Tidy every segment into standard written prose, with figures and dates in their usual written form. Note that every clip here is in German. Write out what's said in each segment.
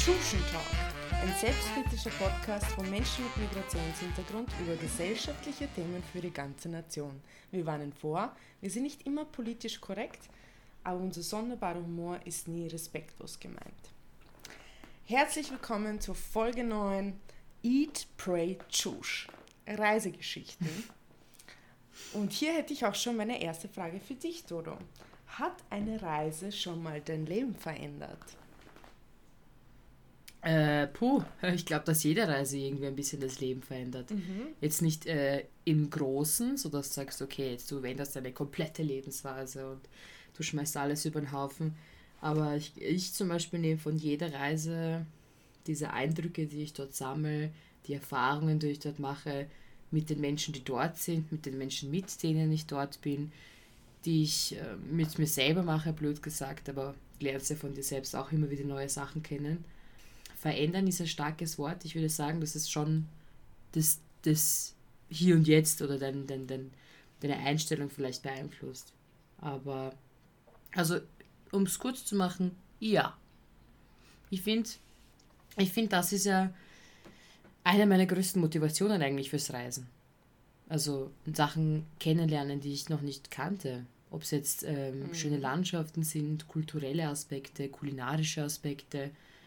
Tschuschentalk, ein selbstkritischer Podcast von Menschen mit Migrationshintergrund über gesellschaftliche Themen für die ganze Nation. Wir warnen vor, wir sind nicht immer politisch korrekt, aber unser sonderbarer Humor ist nie respektlos gemeint. Herzlich willkommen zur Folge 9 Eat, Pray, Tschusch, Reisegeschichten. Und hier hätte ich auch schon meine erste Frage für dich, Dodo. Hat eine Reise schon mal dein Leben verändert? Ich glaube, dass jede Reise irgendwie ein bisschen das Leben verändert. Jetzt nicht im Großen, sodass du sagst, okay, jetzt du änderst deine komplette Lebensweise und du schmeißt alles über den Haufen. Aber ich zum Beispiel nehme von jeder Reise diese Eindrücke, die ich dort sammle, die Erfahrungen, die ich dort mache, mit den Menschen, die dort sind, mit den Menschen, mit denen ich dort bin, die ich mit mir selber mache, blöd gesagt, aber lernst ja von dir selbst auch immer wieder neue Sachen kennen. Verändern ist ein starkes Wort. Ich würde sagen, das ist schon das Hier und Jetzt oder deine Einstellung vielleicht beeinflusst. Aber, also, um es kurz zu machen, ja. Ich finde, das ist ja eine meiner größten Motivationen eigentlich fürs Reisen. Also Sachen kennenlernen, die ich noch nicht kannte. Ob es jetzt schöne Landschaften sind, kulturelle Aspekte, kulinarische Aspekte.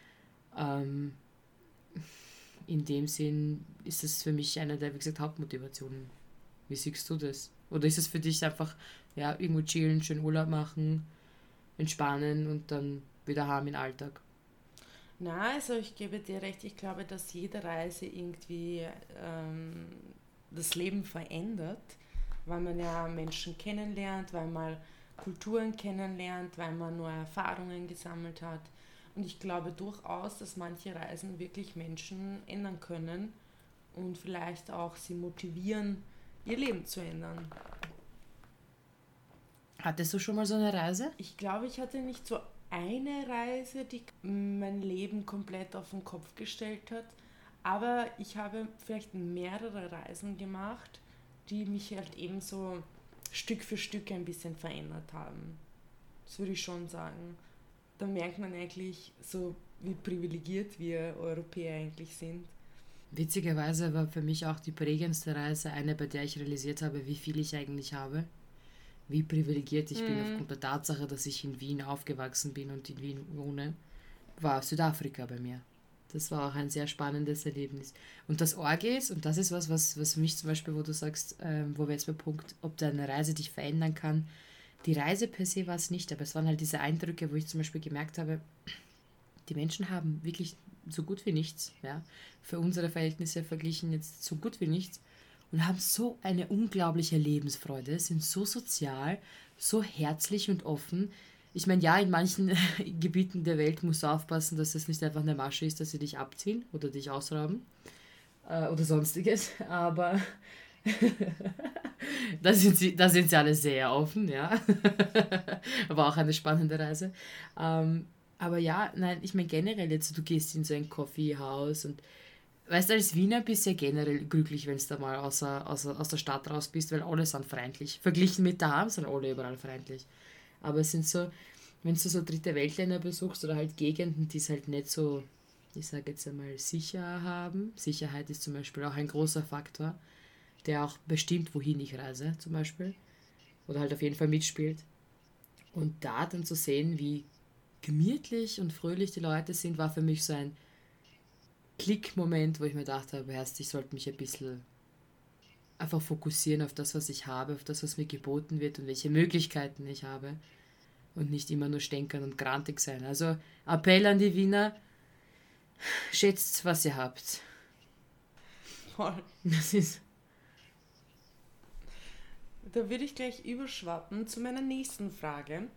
In dem Sinn ist das für mich eine der, wie gesagt, Hauptmotivationen. Wie siehst du das? Oder ist es für dich einfach, ja, irgendwo chillen, schön Urlaub machen, entspannen und dann wieder heim in den Alltag? Na, also ich gebe dir recht, ich glaube, dass jede Reise irgendwie das Leben verändert, weil man ja Menschen kennenlernt, weil man Kulturen kennenlernt, weil man neue Erfahrungen gesammelt hat. Und ich glaube durchaus, dass manche Reisen wirklich Menschen ändern können und vielleicht auch sie motivieren, ihr Leben zu ändern. Hattest du schon mal so eine Reise? Ich glaube, ich hatte nicht so eine Reise, die mein Leben komplett auf den Kopf gestellt hat, aber ich habe vielleicht mehrere Reisen gemacht, die mich halt eben so Stück für Stück ein bisschen verändert haben. Das würde ich schon sagen. Da merkt man eigentlich so, wie privilegiert wir Europäer eigentlich sind. Witzigerweise war für mich auch die prägendste Reise eine, bei der ich realisiert habe, wie viel ich eigentlich habe. Wie privilegiert ich bin aufgrund der Tatsache, dass ich in Wien aufgewachsen bin und in Wien wohne, war Südafrika bei mir. Das war auch ein sehr spannendes Erlebnis. Und das Orge ist, und das ist was mich zum Beispiel, wo du sagst, wo wir jetzt beim Punkt, ob deine Reise dich verändern kann. Die Reise per se war es nicht, aber es waren halt diese Eindrücke, wo ich zum Beispiel gemerkt habe, die Menschen haben wirklich so gut wie nichts, ja, für unsere Verhältnisse verglichen jetzt so gut wie nichts und haben so eine unglaubliche Lebensfreude, sind so sozial, so herzlich und offen. Ich meine, ja, in manchen Gebieten der Welt musst du aufpassen, dass es nicht einfach eine Masche ist, dass sie dich abziehen oder dich ausrauben oder sonstiges, aber da sind sie alle sehr offen, ja. Aber auch eine spannende Reise. Aber ja, nein, ich meine generell jetzt, du gehst in so ein Coffeehouse und weißt du, als Wiener bist du ja generell glücklich, wenn du da mal aus der Stadt raus bist, weil alle sind freundlich. Verglichen mit daheim sind alle überall freundlich. Aber es sind so, wenn du so dritte Weltländer besuchst oder halt Gegenden, die es halt nicht so, ich sage jetzt einmal, sicher haben. Sicherheit ist zum Beispiel auch ein großer Faktor, der auch bestimmt, wohin ich reise, zum Beispiel. Oder halt auf jeden Fall mitspielt. Und da dann zu sehen, wie gemütlich und fröhlich die Leute sind, war für mich so ein Klick-Moment, wo ich mir gedacht habe, erst, ich sollte mich ein bisschen einfach fokussieren auf das, was ich habe, auf das, was mir geboten wird und welche Möglichkeiten ich habe. Und nicht immer nur stänkern und grantig sein. Also Appell an die Wiener, schätzt, was ihr habt. Voll. Das ist... Da würde ich gleich überschwappen zu meiner nächsten Frage.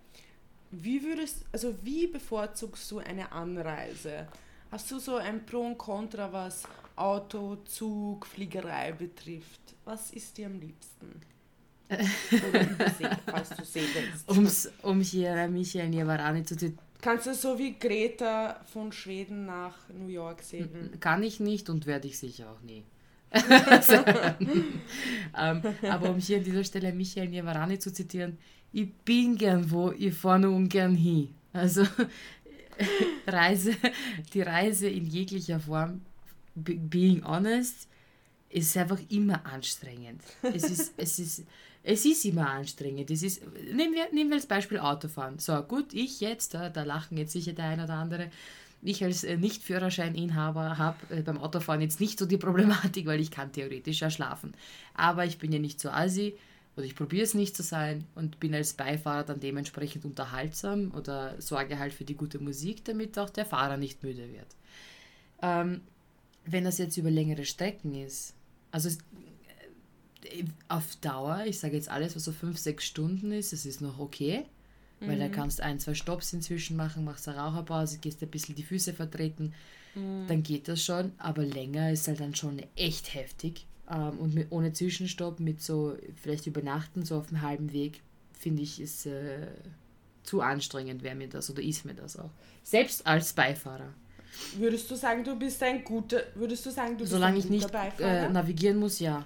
Wie bevorzugst du eine Anreise? Hast du so ein Pro und Contra, was Auto, Zug, Fliegerei betrifft? Was ist dir am liebsten? Oder übersehen, falls du segelst. Um hier Michael Niavarani zu zitieren. Kannst du so wie Greta von Schweden nach New York segeln? Kann ich nicht und werde ich sicher auch nie. Aber um hier an dieser Stelle Michael Niavarani zu zitieren, ich bin gern wo, ich fahre nur ungern hin. Also die Reise in jeglicher Form, being honest, ist einfach immer anstrengend. Es ist immer anstrengend. Nehmen wir als Beispiel Autofahren. So, gut, ich jetzt, da lachen jetzt sicher der ein oder andere, ich als Nicht-Führerscheininhaber habe beim Autofahren jetzt nicht so die Problematik, weil ich kann theoretisch ja schlafen. Aber ich bin ja nicht so assi, oder ich probiere es nicht zu sein und bin als Beifahrer dann dementsprechend unterhaltsam oder sorge halt für die gute Musik, damit auch der Fahrer nicht müde wird. Wenn das jetzt über längere Strecken ist, also auf Dauer, ich sage jetzt alles, was so 5-6 Stunden ist, das ist noch okay, weil da kannst du 1-2 Stops inzwischen machen, machst eine Raucherpause, gehst ein bisschen die Füße vertreten, dann geht das schon, aber länger ist halt dann schon echt heftig. Und ohne Zwischenstopp, mit so vielleicht übernachten, so auf dem halben Weg, finde ich, ist zu anstrengend, wäre mir das oder ist mir das auch. Selbst als Beifahrer. Würdest du sagen, du bist ein guter Beifahrer? Solange ich nicht navigieren muss, ja.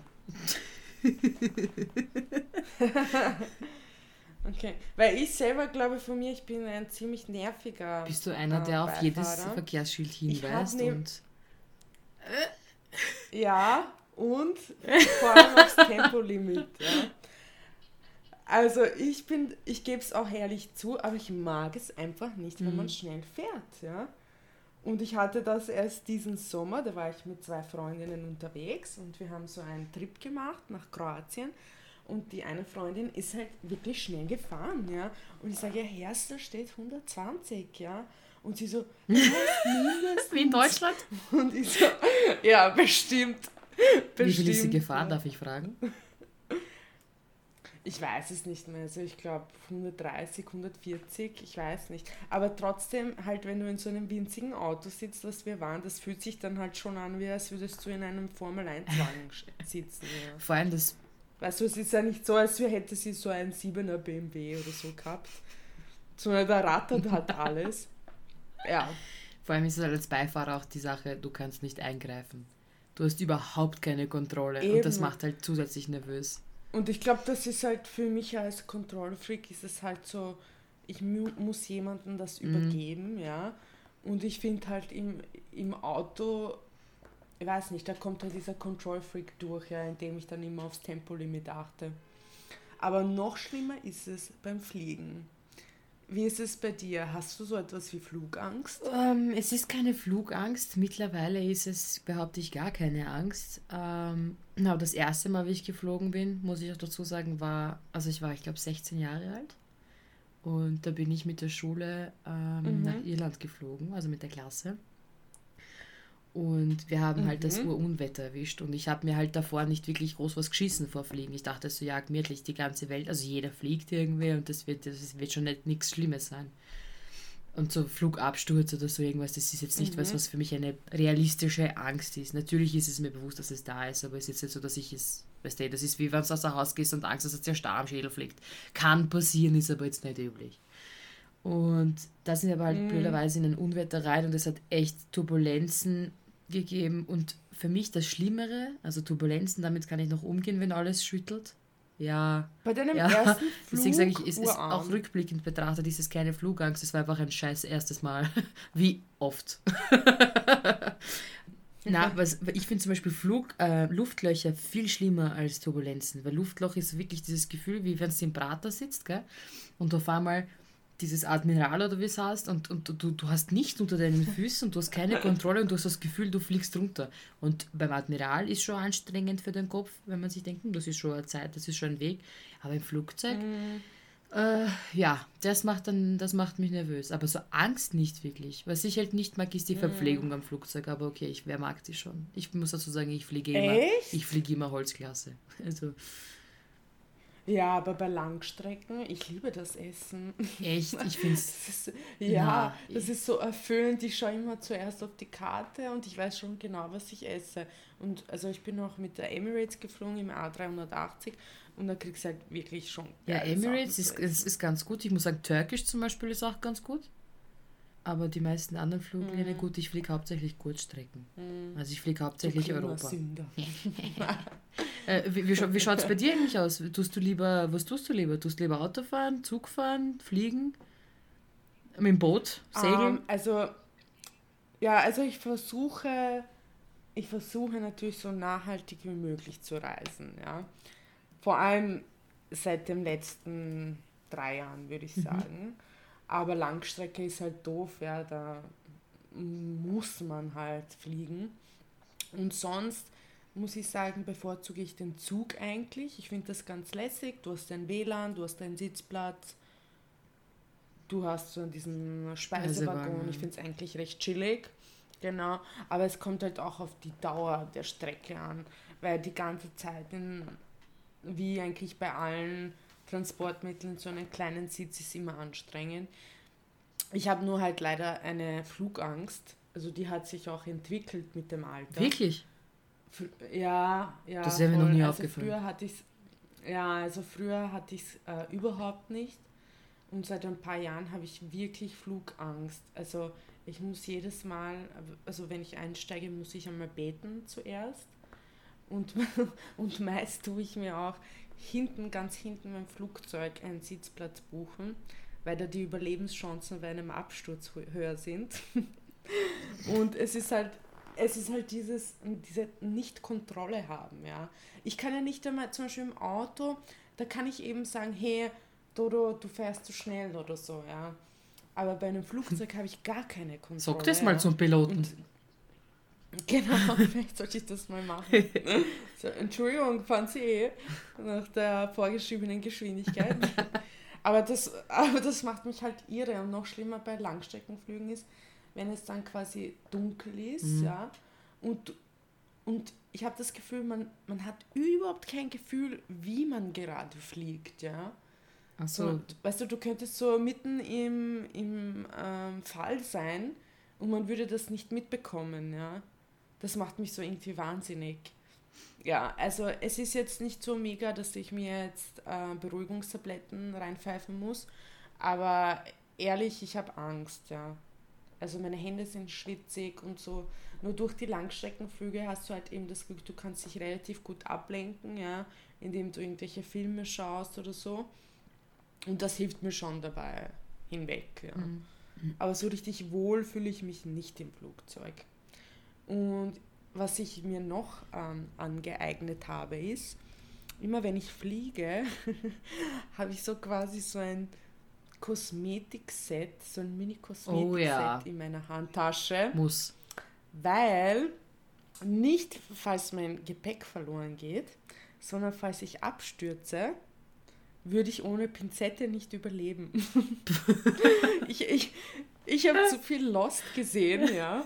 Okay, weil ich selber glaube von mir, ich bin ein ziemlich nerviger Bist du einer, der auf Beifahrer. Jedes Verkehrsschild hinweist? Ja, und vor allem aufs Tempolimit. Ja. Also ich gebe es auch ehrlich zu, aber ich mag es einfach nicht, wenn man schnell fährt. Ja. Und ich hatte das erst diesen Sommer, da war ich mit 2 Freundinnen unterwegs und wir haben so einen Trip gemacht nach Kroatien. Und die eine Freundin ist halt wirklich schnell gefahren, ja. Und ich sage, ja, Herz, da steht 120, ja. Und sie so, mindestens. Wie in Deutschland? Und ich so, ja, bestimmt. Wie viel ist sie gefahren, darf ich fragen? Ich weiß es nicht mehr, also ich glaube 130, 140, ich weiß nicht. Aber trotzdem, halt, wenn du in so einem winzigen Auto sitzt, was wir waren, das fühlt sich dann halt schon an, wie als würdest du in einem Formel-1-Wagen sitzen. Ja. Vor allem das... Weißt du, es ist ja nicht so, als hätte sie so einen 7er BMW oder so gehabt. Sondern der rattert halt alles. Ja. Vor allem ist es halt als Beifahrer auch die Sache, du kannst nicht eingreifen. Du hast überhaupt keine Kontrolle. Eben. Und das macht halt zusätzlich nervös. Und ich glaube, das ist halt für mich als Kontrollfreak, ist es halt so, ich muss jemandem das übergeben, ja. Und ich finde halt im Auto, ich weiß nicht, da kommt halt dieser Control-Freak durch, ja, indem ich dann immer aufs Tempolimit achte. Aber noch schlimmer ist es beim Fliegen. Wie ist es bei dir? Hast du so etwas wie Flugangst? Es ist keine Flugangst. Mittlerweile ist es, behaupte ich, gar keine Angst. Aber das erste Mal, wie ich geflogen bin, muss ich auch dazu sagen, ich glaube 16 Jahre alt. Und da bin ich mit der Schule nach Irland geflogen, also mit der Klasse. Und wir haben halt das Urunwetter erwischt und ich habe mir halt davor nicht wirklich groß was geschissen vor Fliegen. Ich dachte so, ja, gemütlich die ganze Welt, also jeder fliegt irgendwie und das wird schon nichts Schlimmes sein. Und so Flugabsturz oder so irgendwas, das ist jetzt nicht was für mich eine realistische Angst ist. Natürlich ist es mir bewusst, dass es da ist, aber es ist jetzt nicht so, dass ich es, weißt du, das ist wie wenn du aus dem Haus gehst und Angst hast, dass der Star am Schädel fliegt. Kann passieren, ist aber jetzt nicht üblich. Und da sind wir aber halt blöderweise in ein Unwetter rein und es hat echt Turbulenzen gegeben und für mich das Schlimmere, also Turbulenzen, damit kann ich noch umgehen, wenn alles schüttelt. Ja. Bei deinem ersten Flug? Deswegen sage ich, ist auch rückblickend betrachtet, ist es keine Flugangst, es war einfach ein scheiß erstes Mal. Wie oft. Ich finde zum Beispiel Luftlöcher viel schlimmer als Turbulenzen, weil Luftloch ist wirklich dieses Gefühl, wie wenn du im Prater sitzt, gell? Und auf einmal dieses Admiral oder wie es heißt und du hast nichts unter deinen Füßen und du hast keine Kontrolle und du hast das Gefühl, du fliegst runter. Und beim Admiral ist schon anstrengend für den Kopf, wenn man sich denkt, das ist schon eine Zeit, das ist schon ein Weg. Aber im Flugzeug, das macht mich nervös. Aber so Angst nicht wirklich. Was ich halt nicht mag, ist die Verpflegung am Flugzeug. Aber okay, wer mag die schon? Ich muss dazu sagen, ich fliege immer Holzklasse. Also... Ja, aber bei Langstrecken, ich liebe das Essen. Echt? Ich finde es... Das ist so erfüllend. Ich schaue immer zuerst auf die Karte und ich weiß schon genau, was ich esse. Und also ich bin auch mit der Emirates geflogen im A380 und da kriegst du halt wirklich schon... Ja, Emirates ist ganz gut. Ich muss sagen, Turkish zum Beispiel ist auch ganz gut. Aber die meisten anderen Fluglinie, gut, ich fliege hauptsächlich Kurzstrecken. Also ich fliege hauptsächlich Europa. Wie schaut es bei dir eigentlich aus? Was tust du lieber? Tust du lieber Autofahren, Zugfahren, Fliegen? Mit dem Boot segeln? Also ich versuche natürlich so nachhaltig wie möglich zu reisen, ja. Vor allem seit den letzten 3 Jahren, würde ich sagen. Aber Langstrecke ist halt doof, ja, da muss man halt fliegen. Und sonst muss ich sagen, bevorzuge ich den Zug eigentlich. Ich finde das ganz lässig. Du hast dein WLAN, du hast deinen Sitzplatz, du hast so diesen Speisewaggon. Ich finde es eigentlich recht chillig. Genau. Aber es kommt halt auch auf die Dauer der Strecke an, weil die ganze Zeit, wie eigentlich bei allen Transportmitteln, so einen kleinen Sitz ist immer anstrengend. Ich habe nur halt leider eine Flugangst. Also die hat sich auch entwickelt mit dem Alter. Wirklich? Ja. Das wäre mir noch nie aufgefallen. Früher hatte ich es überhaupt nicht. Und seit ein paar Jahren habe ich wirklich Flugangst. Also ich muss jedes Mal, also wenn ich einsteige, muss ich einmal beten zuerst. Und meist tue ich mir auch ganz hinten beim Flugzeug einen Sitzplatz buchen, weil da die Überlebenschancen bei einem Absturz höher sind. Und es ist halt diese Nicht-Kontrolle haben, ja. Ich kann ja nicht einmal, zum Beispiel im Auto, da kann ich eben sagen, hey, Dodo, du fährst zu schnell oder so, ja. Aber bei einem Flugzeug habe ich gar keine Kontrolle. Sag das mal zum Piloten. Genau, vielleicht sollte ich das mal machen. So, Entschuldigung, fahren Sie nach der vorgeschriebenen Geschwindigkeit. Aber das macht mich halt irre. Und noch schlimmer bei Langstreckenflügen ist, wenn es dann quasi dunkel ist, ja, und ich habe das Gefühl, man hat überhaupt kein Gefühl, wie man gerade fliegt, ja. Ach so. Weißt du, du könntest so mitten im Fall sein und man würde das nicht mitbekommen, ja. Das macht mich so irgendwie wahnsinnig. Ja, also es ist jetzt nicht so mega, dass ich mir jetzt Beruhigungstabletten reinpfeifen muss, aber ehrlich, ich habe Angst, ja. Also meine Hände sind schwitzig und so. Nur durch die Langstreckenflüge hast du halt eben das Glück, du kannst dich relativ gut ablenken, ja, indem du irgendwelche Filme schaust oder so. Und das hilft mir schon dabei hinweg, ja. Aber so richtig wohl fühle ich mich nicht im Flugzeug. Und was ich mir noch angeeignet habe, ist, immer wenn ich fliege, habe ich so quasi so ein Kosmetikset, so ein Mini-Kosmetikset in meiner Handtasche. Muss. Weil nicht, falls mein Gepäck verloren geht, sondern falls ich abstürze, würde ich ohne Pinzette nicht überleben. Ich habe zu viel Lost gesehen, ja.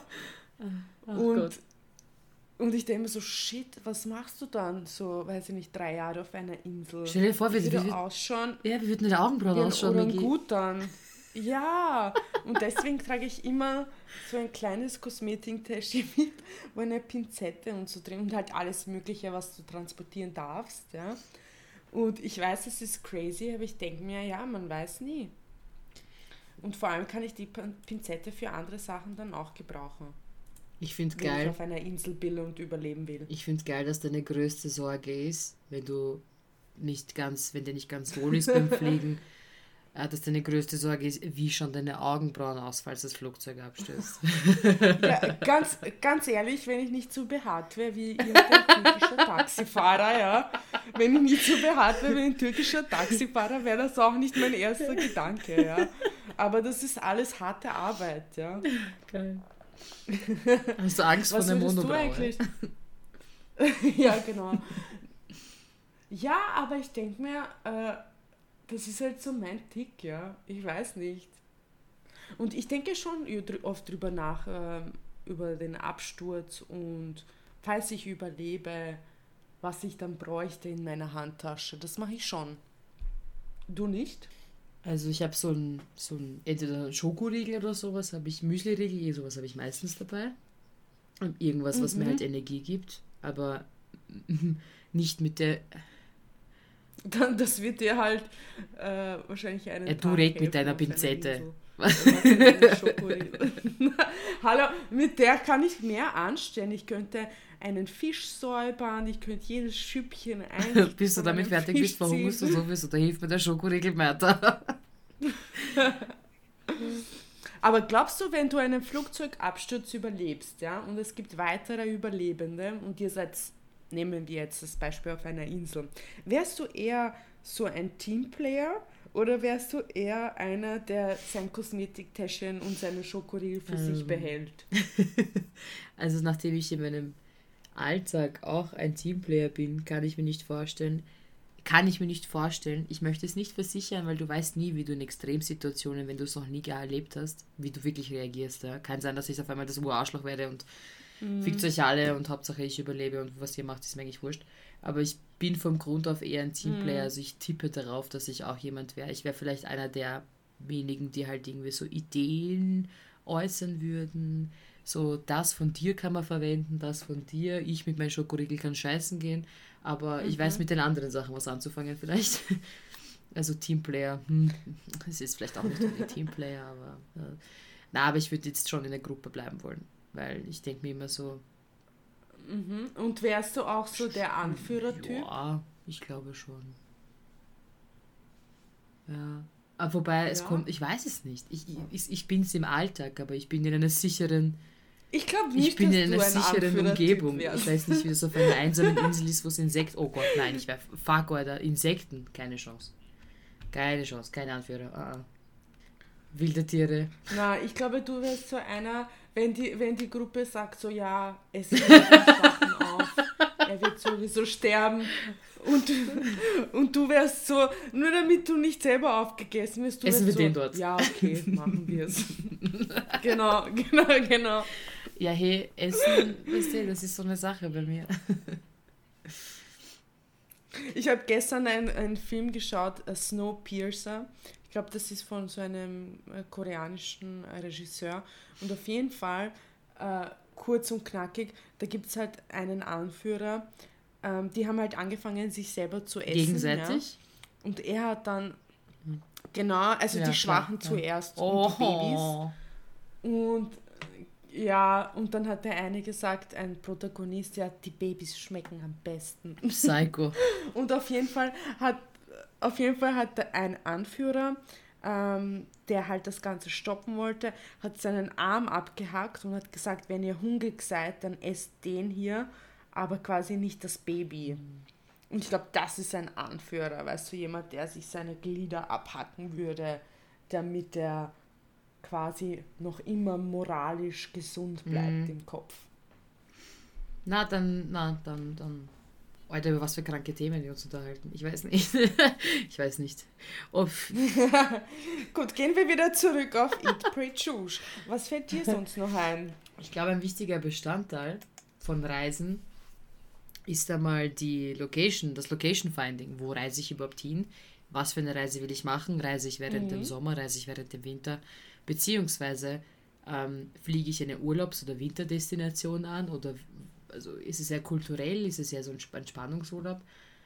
Und ich denke mir so, shit, was machst du dann? So, weiß ich nicht, 3 Jahre auf einer Insel. Stell dir vor, wie würde ausschauen. Ja, wie würden die Augenbrauen ausschauen? Gut dann. Ja, und deswegen trage ich immer so ein kleines Kosmetiktäschchen mit, wo eine Pinzette und so drin und halt alles Mögliche, was du transportieren darfst, ja. Und ich weiß, es ist crazy, aber ich denke mir, ja, man weiß nie. Und vor allem kann ich die Pinzette für andere Sachen dann auch gebrauchen. Ich finde geil, wenn ich auf einer Insel bin und überleben will. Ich finde geil, dass deine größte Sorge ist, wenn dir nicht ganz wohl ist beim Fliegen, dass deine größte Sorge ist, wie schauen deine Augenbrauen aus, falls das Flugzeug abstößt. Ja, ganz ehrlich, wenn ich nicht so behaart wäre wie irgendein türkischer Taxifahrer, ja, wenn ich nicht so behaart wäre wie ein türkischer Taxifahrer, wäre das auch nicht mein erster Gedanke, ja. Aber das ist alles harte Arbeit, ja. Geil. Hast du Angst vor der Monobraue? Ja, genau. Ja, aber ich denke mir, das ist halt so mein Tick, ja. Ich weiß nicht. Und ich denke schon oft drüber nach, über den Absturz und falls ich überlebe, was ich dann bräuchte in meiner Handtasche. Das mache ich schon. Du nicht? Also ich habe so ein entweder Schokoriegel oder sowas, habe ich Müsli-Riegel, sowas habe ich meistens dabei. Und irgendwas, was mir halt Energie gibt, aber nicht mit der... Das wird dir halt wahrscheinlich einen du red mit deiner Pinzette. Hallo, mit der kann ich mehr anstellen. Ich könnte einen Fisch säubern, ich könnte jedes Schüppchen ein. Bis du damit fertig bist, verhungerst du sowieso, da hilft mir der Schokoriegel weiter. Aber glaubst du, wenn du einen Flugzeugabsturz überlebst, ja, und es gibt weitere Überlebende und ihr seid, nehmen wir jetzt das Beispiel auf einer Insel, wärst du eher so ein Teamplayer oder wärst du eher einer, der sein Kosmetiktäschchen und seine Schokoriegel für sich behält? Also nachdem ich in meinem Alltag auch ein Teamplayer bin, kann ich mir nicht vorstellen, ich möchte es nicht versichern, weil du weißt nie, wie du in Extremsituationen, wenn du es noch nie erlebt hast, wie du wirklich reagierst. Ja? Kann sein, dass ich auf einmal das Urarschloch werde und fickt euch alle und Hauptsache ich überlebe und was ihr macht, ist mir eigentlich wurscht. Aber ich bin vom Grund auf eher ein Teamplayer, also ich tippe darauf, dass ich auch jemand wäre. Ich wäre vielleicht einer der wenigen, die halt irgendwie so Ideen äußern würden. So, das von dir kann man verwenden, das von dir. Ich mit meinem Schokoriegel kann scheißen gehen. Aber ich weiß mit den anderen Sachen was anzufangen vielleicht. Also Teamplayer. Es ist vielleicht auch nicht unbedingt Teamplayer, aber... aber ich würde jetzt schon in der Gruppe bleiben wollen. Weil ich denke mir immer so... Und wärst du auch so der Anführertyp? Ja, ich glaube schon. Ja. Aber wobei, es kommt... Ich weiß es nicht. Ich bin es im Alltag, aber ich bin in einer sicheren... Ich glaube nicht, ich bin dass in einer sicheren Umgebung. Wärst. Ich weiß nicht, wie das auf einer einsamen Insel ist, wo es Insekten... Oh Gott, nein, ich wäre... Fuck, Alter. Insekten, keine Chance. Keine Chance, keine Anführer. Wilde Tiere. Na, ich glaube, du wärst so einer, wenn die Gruppe sagt so, ja, es hört den Schwachen auf, er wird sowieso sterben. Und du wärst so, nur damit du nicht selber aufgegessen wirst, du Essen wärst wir so, den dort. Ja, okay, machen wir es. Genau. Ja, hey, Essen, weißt du, das ist so eine Sache bei mir. Ich habe gestern einen Film geschaut, Snowpiercer. Ich glaube, das ist von so einem koreanischen Regisseur. Und auf jeden Fall, kurz und knackig, da gibt es halt einen Anführer, die haben halt angefangen, sich selber zu essen. Gegenseitig? Ja. Und er hat dann, genau, also die Schwachen zuerst und die Babys. Und ja, und dann hat der eine gesagt, ein Protagonist, ja, die Babys schmecken am besten. Psycho. Und auf jeden Fall hat ein Anführer, der halt das Ganze stoppen wollte, hat seinen Arm abgehackt und hat gesagt, wenn ihr hungrig seid, dann esst den hier, aber quasi nicht das Baby. Und ich glaube, das ist ein Anführer, weißt du, jemand, der sich seine Glieder abhacken würde, damit er quasi noch immer moralisch gesund bleibt im Kopf. Dann. Alter, über was für kranke Themen wir uns unterhalten. Ich weiß nicht. Gut, gehen wir wieder zurück auf Eat, Pray, Choose. Was fällt dir sonst noch ein? Ich glaube, ein wichtiger Bestandteil von Reisen ist einmal das Location Finding. Wo reise ich überhaupt hin? Was für eine Reise will ich machen? Reise ich während dem Sommer? Reise ich während dem Winter? Beziehungsweise fliege ich eine Urlaubs- oder Winterdestination an? Oder also ist es sehr kulturell? Ist es eher so ein Entspannungsurlaub?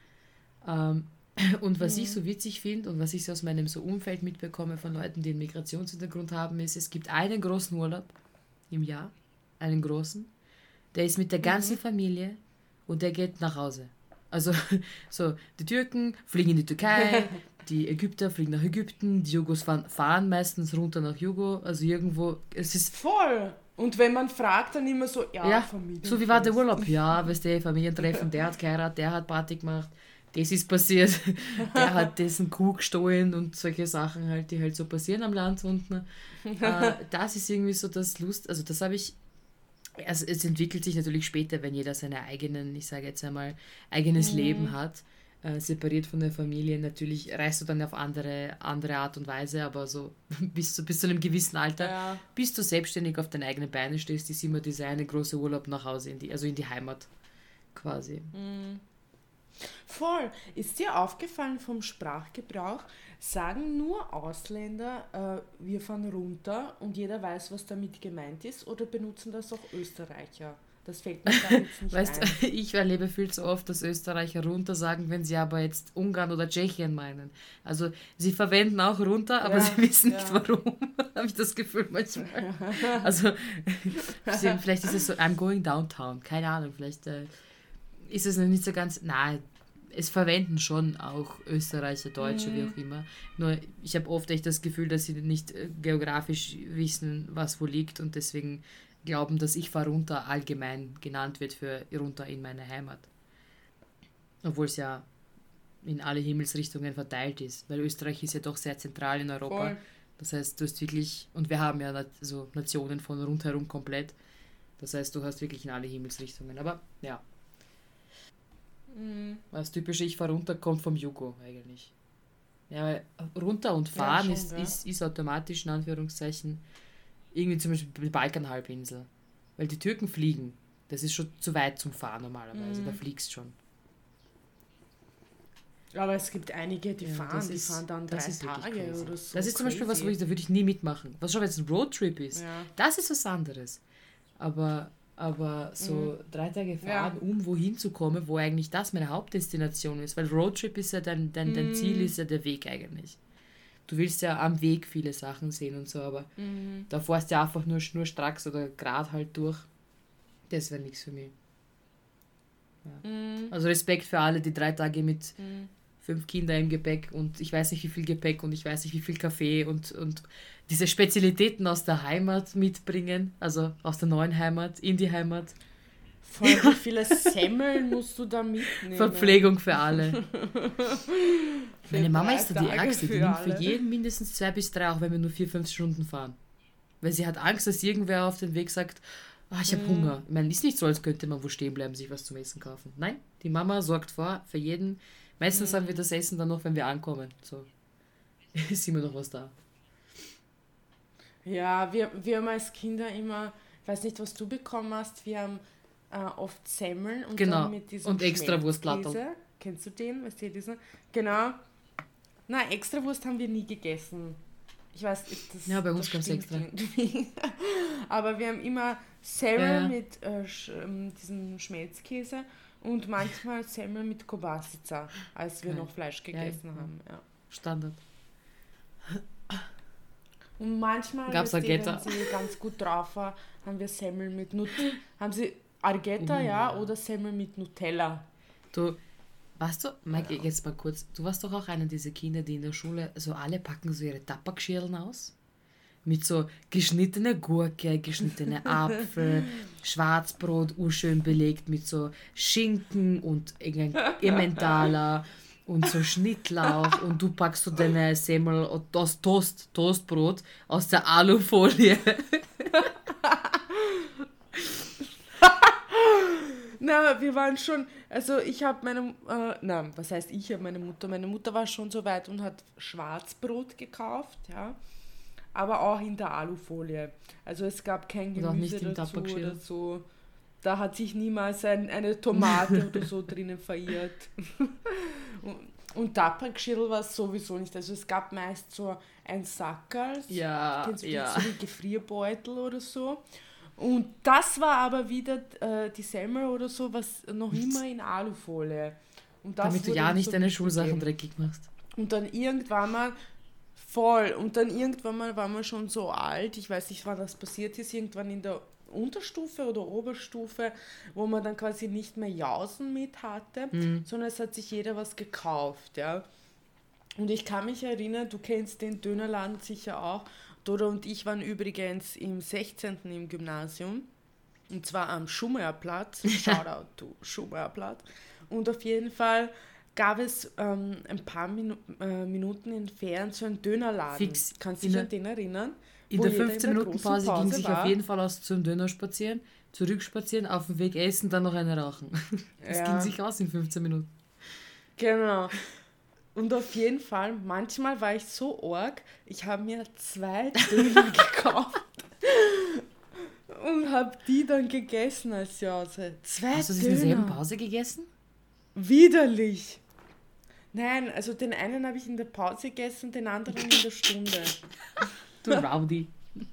Und was ich so witzig finde und was ich so aus meinem so Umfeld mitbekomme von Leuten, die einen Migrationshintergrund haben, ist, es gibt einen großen Urlaub im Jahr, einen großen, der ist mit der ganzen Familie und der geht nach Hause. Also so, die Türken fliegen in die Türkei, die Ägypter fliegen nach Ägypten, die Jugos fahren meistens runter nach Jugo, also irgendwo, es ist... Voll! Und wenn man fragt, dann immer so, Familientreffen. So wie war der Urlaub? Ja, weißt du, Familientreffen, der hat geheiratet, der hat Party gemacht, das ist passiert, der hat dessen Kuh gestohlen und solche Sachen halt, die halt so passieren am Land unten. Das ist irgendwie so das Lust, also das habe ich, also es entwickelt sich natürlich später, wenn jeder seine eigenen, ich sage jetzt einmal, eigenes Leben hat, separiert von der Familie. Natürlich reist du dann auf andere Art und Weise, aber so bis zu einem gewissen Alter, bis du selbstständig auf deine eigenen Beine stehst, ist immer dieser eine große Urlaub nach Hause, in die Heimat quasi. Voll. Ist dir aufgefallen vom Sprachgebrauch, sagen nur Ausländer, wir fahren runter und jeder weiß, was damit gemeint ist, oder benutzen das auch Österreicher? Das fällt mir da jetzt nicht weißt ein. Du, ich erlebe viel zu oft, dass Österreicher runter sagen, wenn sie aber jetzt Ungarn oder Tschechien meinen. Also sie verwenden auch runter, aber sie wissen nicht warum, habe ich das Gefühl manchmal. Also vielleicht ist es so, I'm going downtown, keine Ahnung, vielleicht ist es noch nicht so ganz, es verwenden schon auch Österreicher, Deutsche, wie auch immer. Nur ich habe oft echt das Gefühl, dass sie nicht geografisch wissen, was wo liegt und deswegen glauben, dass ich fahre runter allgemein genannt wird für runter in meine Heimat. Obwohl es ja in alle Himmelsrichtungen verteilt ist, weil Österreich ist ja doch sehr zentral in Europa. Voll. Das heißt, du hast wirklich, und wir haben ja so Nationen von rundherum komplett, das heißt, du hast wirklich in alle Himmelsrichtungen. Aber ja. Das typische Ich fahre runter kommt vom Jugo eigentlich. Ja, weil runter und fahren Ja, schon, ist automatisch in Anführungszeichen irgendwie zum Beispiel die Balkanhalbinsel. Weil die Türken fliegen. Das ist schon zu weit zum Fahren normalerweise. Da fliegst schon. Aber es gibt einige, die Ja, fahren dann 3 wirklich Tage crazy. oder so. Das ist zum Beispiel was, da würde ich nie mitmachen. Was schon, wenn es ein Roadtrip ist. Ja. Das ist was anderes. Aber so 3 Tage fahren, um wohin zu kommen, wo eigentlich das meine Hauptdestination ist. Weil Roadtrip ist ja dein Ziel, ist ja der Weg eigentlich. Du willst ja am Weg viele Sachen sehen und so, aber da fährst du ja einfach nur schnurstracks oder gerade halt durch. Das wäre nichts für mich. Ja. Also Respekt für alle, die 3 Tage mit 5 Kindern im Gepäck und ich weiß nicht wie viel Gepäck und ich weiß nicht wie viel Kaffee und diese Spezialitäten aus der Heimat mitbringen, also aus der neuen Heimat in die Heimat. Vor allem, wie viele Semmeln musst du da mitnehmen? Verpflegung für alle. Meine Mama 3 ist da die Tage Ärgste, die für nimmt für alle. jeden mindestens 2 bis 3, auch wenn wir nur 4-5 Stunden fahren. Weil sie hat Angst, dass irgendwer auf dem Weg sagt, ich habe Hunger. Ich meine, ist nicht so, als könnte man wo stehen bleiben, sich was zum Essen kaufen. Nein, die Mama sorgt vor für jeden. Meistens haben wir das Essen dann noch, wenn wir ankommen. So ist immer noch was da. Ja, wir haben als Kinder immer, ich weiß nicht, was du bekommen hast, wir haben oft Semmeln und Genau. dann mit diesem Und extra Wurstplattel. Schmelzkäse. Kennst du den? Weißt du, diesen? Genau. Nein, Extrawurst haben wir nie gegessen. Ich weiß, Ja, bei uns das gab's stimmt extra. irgendwie. Aber wir haben immer Semmel Ja. mit diesem Schmelzkäse und manchmal Semmel mit Kobasica, als wir Geil. noch Fleisch gegessen haben. Ja. Standard. Und manchmal, Gab's wenn Argetta? sie ganz gut drauf war, haben wir Semmel mit haben sie Argetta, ja, oder Semmel mit Nutella. Du, weißt du, Mike, jetzt mal kurz, du warst doch auch einer dieser Kinder, die in der Schule, so alle packen so ihre Tabakschirlen aus. Mit so geschnittene Gurke, geschnittene Apfel, Schwarzbrot, urschön belegt mit so Schinken und Emmentaler und so Schnittlauch und du packst so deine Semmel aus Toastbrot aus der Alufolie. Na, wir waren schon, also ich habe meine Mutter war schon so weit und hat Schwarzbrot gekauft, ja, aber auch in der Alufolie. Also es gab kein Und auch Gemüse nicht im dazu Tabakschirm. oder so. Da hat sich niemals eine Tomate oder so drinnen verirrt. Und Tabakschirl war es sowieso nicht. Also es gab meist so ein Sackerl, Ja, kennst du ja. so wie Gefrierbeutel oder so. Und das war aber wieder die Semmel oder so, was noch immer in Alufolie. Und das Damit du wurde ja uns nicht so deine Schulsachen mitgegeben. dreckig machst. Und dann irgendwann mal waren wir schon so alt, ich weiß nicht, wann das passiert ist, irgendwann in der Unterstufe oder Oberstufe, wo man dann quasi nicht mehr Jausen mit hatte, sondern es hat sich jeder was gekauft, ja. Und ich kann mich erinnern, du kennst den Dönerladen sicher auch. Dora und ich waren übrigens im 16. im Gymnasium. Und zwar am Schummerplatz. Shoutout to Schummerplatz. Und auf jeden Fall gab es ein paar Minuten entfernt so einen Dönerladen. Fix. Kannst du dich an den erinnern? In Wo der jeder 15 Minuten großen Pause ging sich war. auf jeden Fall aus zum Döner spazieren, zurück spazieren, auf dem Weg essen, dann noch eine rauchen. Das Ja. ging sich aus in 15 Minuten. Genau. Und auf jeden Fall, manchmal war ich so arg, ich habe mir 2 Döner gekauft und habe die dann gegessen als Jause. 2 Hast du sie in derselben Döner. Pause gegessen? Widerlich. Nein, also den einen habe ich in der Pause gegessen, den anderen in der Stunde. Du Rowdy.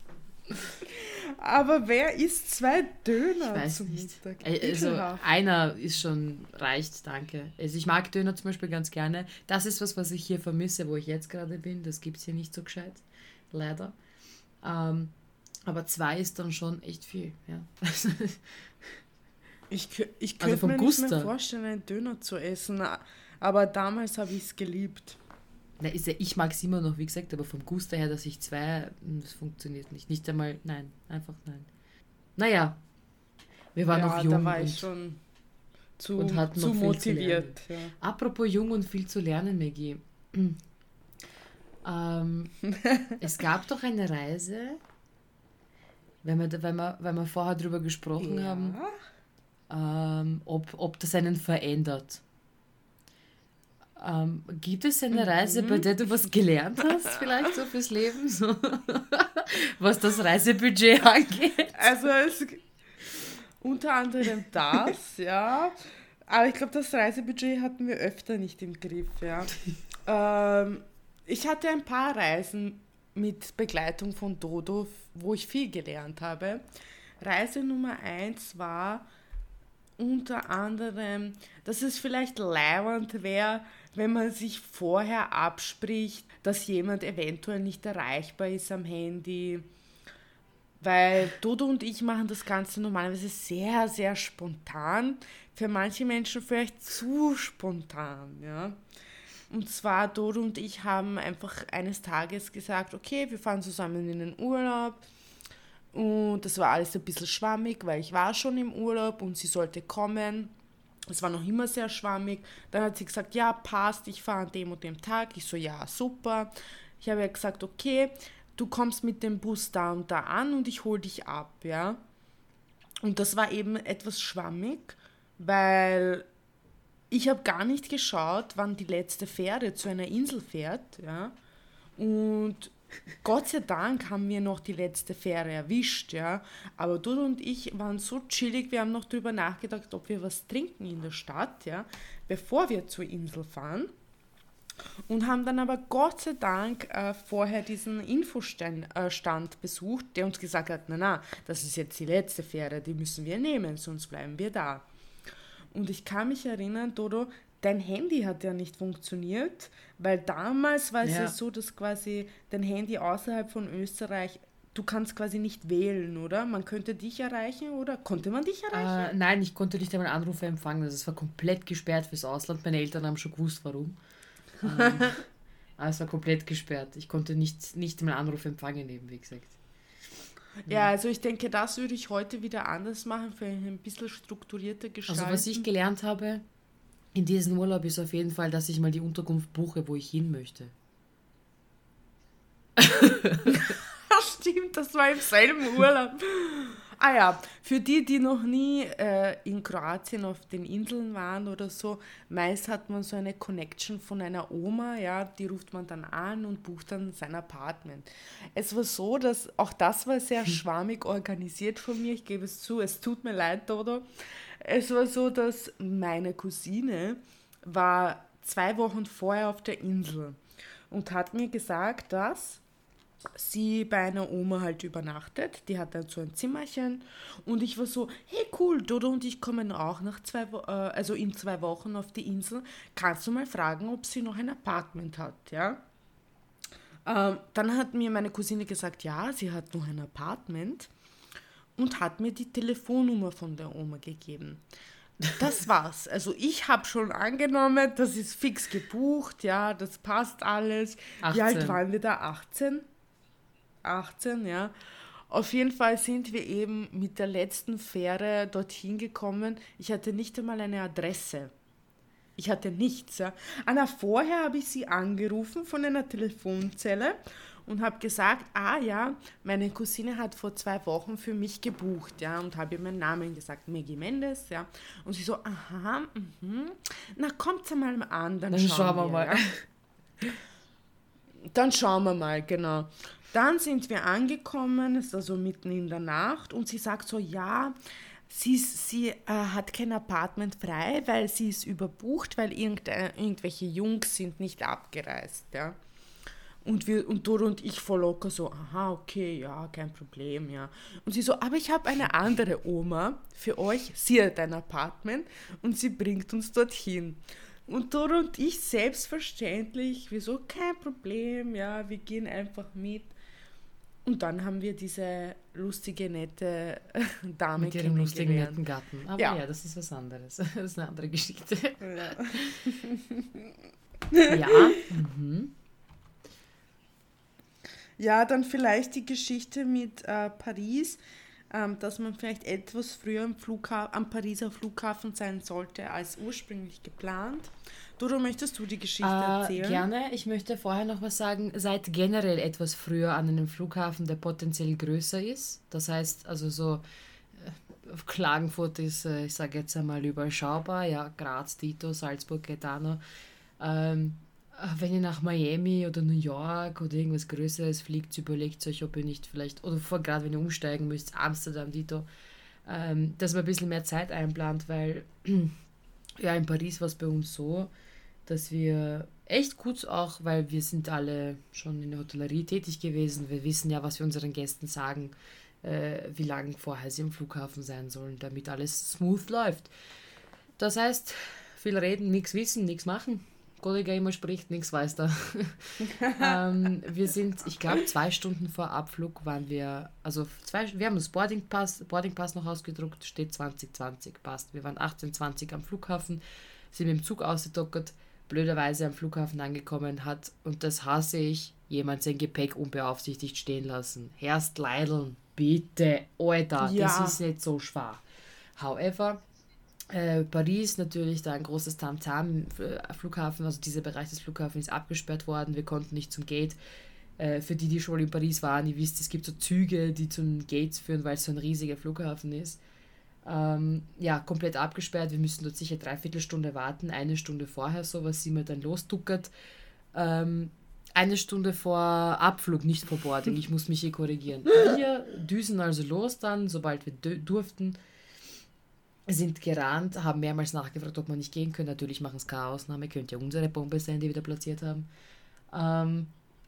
Aber wer isst 2 Döner Ich weiß zum nicht. Mittag? Also Ekelhaft. einer ist schon, reicht, danke. Also ich mag Döner zum Beispiel ganz gerne. Das ist was ich hier vermisse, wo ich jetzt gerade bin. Das gibt es hier nicht so gescheit. Leider. Aber 2 ist dann schon echt viel. Ja. Ich könnte Also vom mir nicht mehr Guster. vorstellen, einen Döner zu essen. Aber damals habe ich es geliebt. Na, ich mag es immer noch, wie gesagt, aber vom Gusto her, dass ich 2, das funktioniert nicht. Nicht einmal, nein, einfach nein. Naja, wir waren noch jung. Da war ich schon und hatten zu noch viel motiviert. Zu lernen. Ja. Apropos jung und viel zu lernen, Maggie. Es gab doch eine Reise, weil wir vorher darüber gesprochen haben, ob das einen verändert. Gibt es eine Reise, bei der du was gelernt hast, vielleicht so fürs Leben, so, was das Reisebudget angeht? Also unter anderem das, ja. Aber ich glaube, das Reisebudget hatten wir öfter nicht im Griff, ja. Ich hatte ein paar Reisen mit Begleitung von Dodo, wo ich viel gelernt habe. Reise Nummer 1 war unter anderem, dass es vielleicht leiwand wäre, wenn man sich vorher abspricht, dass jemand eventuell nicht erreichbar ist am Handy. Weil Dodo und ich machen das Ganze normalerweise sehr, sehr spontan. Für manche Menschen vielleicht zu spontan, ja. Und zwar Dodo und ich haben einfach eines Tages gesagt, okay, wir fahren zusammen in den Urlaub. Und das war alles ein bisschen schwammig, weil ich war schon im Urlaub und sie sollte kommen. Es war noch immer sehr schwammig. Dann hat sie gesagt, ja, passt, ich fahre an dem und dem Tag. Ich so, ja, super. Ich habe ja gesagt, okay, du kommst mit dem Bus da und da an und ich hole dich ab, ja. Und das war eben etwas schwammig, weil ich habe gar nicht geschaut, wann die letzte Fähre zu einer Insel fährt, ja. Und Gott sei Dank haben wir noch die letzte Fähre erwischt, ja. Aber Dodo und ich waren so chillig, wir haben noch drüber nachgedacht, ob wir was trinken in der Stadt, ja, bevor wir zur Insel fahren. Und haben dann aber Gott sei Dank vorher diesen Infostand besucht, der uns gesagt hat, na, das ist jetzt die letzte Fähre, die müssen wir nehmen, sonst bleiben wir da. Und ich kann mich erinnern, Dodo, dein Handy hat ja nicht funktioniert, weil damals war es ja so, dass quasi dein Handy außerhalb von Österreich, du kannst quasi nicht wählen, oder? Man könnte dich erreichen, oder? Konnte man dich erreichen? Nein, ich konnte nicht einmal Anrufe empfangen, also es war komplett gesperrt fürs Ausland. Meine Eltern haben schon gewusst, warum. Aber es war komplett gesperrt. Ich konnte nicht einmal Anrufe empfangen, eben, wie gesagt. Ja, also ich denke, das würde ich heute wieder anders machen, für ein bisschen strukturierter gestalten. Also was ich gelernt habe in diesem Urlaub ist auf jeden Fall, dass ich mal die Unterkunft buche, wo ich hin möchte. Stimmt, das war im selben Urlaub. Ah ja, für die noch nie in Kroatien auf den Inseln waren oder so, meist hat man so eine Connection von einer Oma, ja, die ruft man dann an und bucht dann sein Apartment. Es war so, dass, auch das war sehr schwammig organisiert von mir, ich gebe es zu, es tut mir leid, Dodo. Es war so, dass meine Cousine war 2 Wochen vorher auf der Insel und hat mir gesagt, dass sie bei einer Oma halt übernachtet. Die hat dann so ein Zimmerchen und ich war so, hey cool, Dodo und ich kommen auch nach in 2 Wochen auf die Insel. Kannst du mal fragen, ob sie noch ein Apartment hat, ja? Dann hat mir meine Cousine gesagt, ja, sie hat noch ein Apartment und hat mir die Telefonnummer von der Oma gegeben. Das war's. Also ich habe schon angenommen, das ist fix gebucht, ja, das passt alles. 18. Wie alt waren wir da? 18, ja. Auf jeden Fall sind wir eben mit der letzten Fähre dorthin gekommen. Ich hatte nicht einmal eine Adresse. Ich hatte nichts, ja. Vorher habe ich sie angerufen von einer Telefonzelle und habe gesagt, ja, meine Cousine hat vor 2 Wochen für mich gebucht, ja, und habe ihr meinen Namen gesagt, Maggie Mendes, ja. Und sie so, aha, na, kommt's mal an, dann schauen wir mal. Ja. Dann schauen wir mal, genau. Dann sind wir angekommen, ist also mitten in der Nacht und sie sagt so, ja, sie hat kein Apartment frei, weil sie ist überbucht, weil irgendwelche Jungs sind nicht abgereist, ja. Und Doro und ich voll locker so, aha, okay, ja, kein Problem, ja. Und sie so, aber ich habe eine andere Oma für euch, sie hat ein Apartment und sie bringt uns dorthin. Und Doro und ich selbstverständlich, wieso, kein Problem, ja, wir gehen einfach mit. Und dann haben wir diese lustige, nette Dame mit ihrem lustigen, kennengelernt. netten Gatten. Aber ja, das ist was anderes. Das ist eine andere Geschichte. Ja. Ja, dann vielleicht die Geschichte mit Paris, dass man vielleicht etwas früher am Pariser Flughafen sein sollte als ursprünglich geplant. Dodo, möchtest du die Geschichte erzählen? Gerne. Ich möchte vorher noch was sagen. Seid generell etwas früher an einem Flughafen, der potenziell größer ist. Das heißt, also so Klagenfurt ist, ich sage jetzt einmal, überschaubar. Ja, Graz, Dito, Salzburg, Gaetano. Wenn ihr nach Miami oder New York oder irgendwas Größeres fliegt, überlegt euch, ob ihr nicht vielleicht, oder gerade wenn ihr umsteigen müsst, Amsterdam, Dito, dass man ein bisschen mehr Zeit einplant, weil ja, in Paris war es bei uns so, dass wir echt gut auch, weil wir sind alle schon in der Hotellerie tätig gewesen, wir wissen ja, was wir unseren Gästen sagen, wie lange vorher sie im Flughafen sein sollen, damit alles smooth läuft. Das heißt, viel reden, nichts wissen, nichts machen. Kollege immer spricht, nichts weiß da. Wir sind, ich glaube, 2 Stunden vor Abflug waren wir, also wir haben das Boardingpass noch ausgedruckt, steht 2020, passt. Wir waren 18:20 am Flughafen, sind mit dem Zug ausgedockert, blöderweise am Flughafen angekommen hat, und das hasse ich, jemand sein Gepäck unbeaufsichtigt stehen lassen. Herrst leideln, bitte, Alter, ja. Das ist nicht so schwer. However, Paris natürlich da ein großes Tamtam, Flughafen, also dieser Bereich des Flughafens ist abgesperrt worden, wir konnten nicht zum Gate. Für die schon in Paris waren, ihr wisst, es gibt so Züge, die zum Gates führen, weil es so ein riesiger Flughafen ist. Ja, komplett abgesperrt, wir müssen dort sicher 3/4 Stunde warten, 1 Stunde vorher sowas sind wir dann lostuckert. 1 Stunde vor Abflug, nicht vor Boarding, ich muss mich hier korrigieren. Wir düsen also los dann, sobald wir durften, sind gerannt, haben mehrmals nachgefragt, ob man nicht gehen können. Natürlich machen es keine Ausnahme, könnte ja unsere Bombe sein, die wir da platziert haben.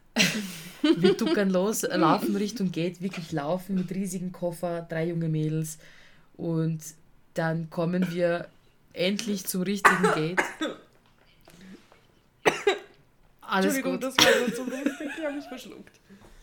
Wir tuckern los, laufen Richtung Gate, wirklich laufen mit riesigen Koffer, 3 junge Mädels, und dann kommen wir endlich zum richtigen Gate. Alles Entschuldigung, gut. Das war so lustig, ich habe mich verschluckt.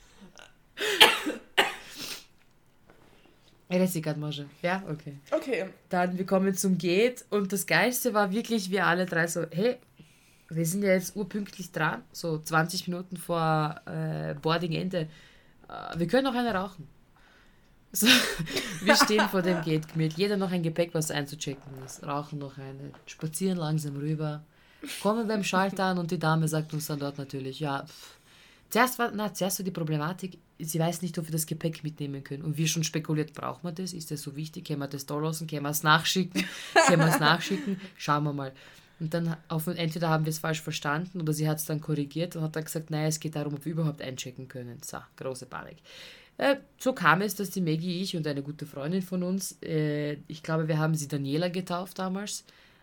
Ja, okay. Okay. Dann, wir kommen zum Gate, und das Geilste war wirklich, wir alle 3 so, hey, wir sind ja jetzt urpünktlich dran, so 20 Minuten vor Boarding-Ende. Wir können noch eine rauchen. So, wir stehen vor dem Gate mit jeder noch ein Gepäck, was einzuchecken ist, rauchen noch eine, spazieren langsam rüber, kommen beim Schalter an, und die Dame sagt uns dann dort natürlich, ja, zuerst war die Problematik, sie weiß nicht, ob wir das Gepäck mitnehmen können. Und wir schon spekuliert, braucht man das? Ist das so wichtig? Können wir das da lassen? Können wir es nachschicken? Schauen wir mal. Und dann entweder haben wir es falsch verstanden oder sie hat es dann korrigiert und hat dann gesagt, nein, es geht darum, ob wir überhaupt einchecken können. So, große Panik. So kam es, dass die Maggie, ich und eine gute Freundin von uns, ich glaube, wir haben sie Daniela getauft damals,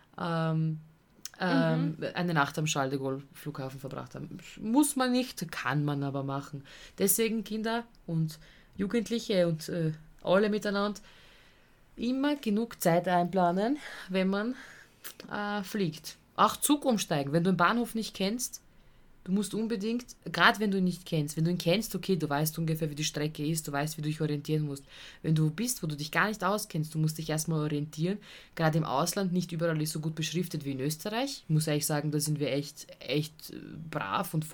eine Nacht am Charles de Gaulle Flughafen verbracht haben. Muss man nicht, kann man aber machen. Deswegen Kinder und Jugendliche und alle miteinander immer genug Zeit einplanen, wenn man fliegt. Auch Zug umsteigen. Wenn du den Bahnhof nicht kennst, du musst unbedingt, gerade wenn du ihn nicht kennst, wenn du ihn kennst, okay, du weißt ungefähr, wie die Strecke ist, du weißt, wie du dich orientieren musst. Wenn du bist, wo du dich gar nicht auskennst, du musst dich erstmal orientieren. Gerade im Ausland, nicht überall ist so gut beschriftet wie in Österreich. Ich muss eigentlich sagen, da sind wir echt brav und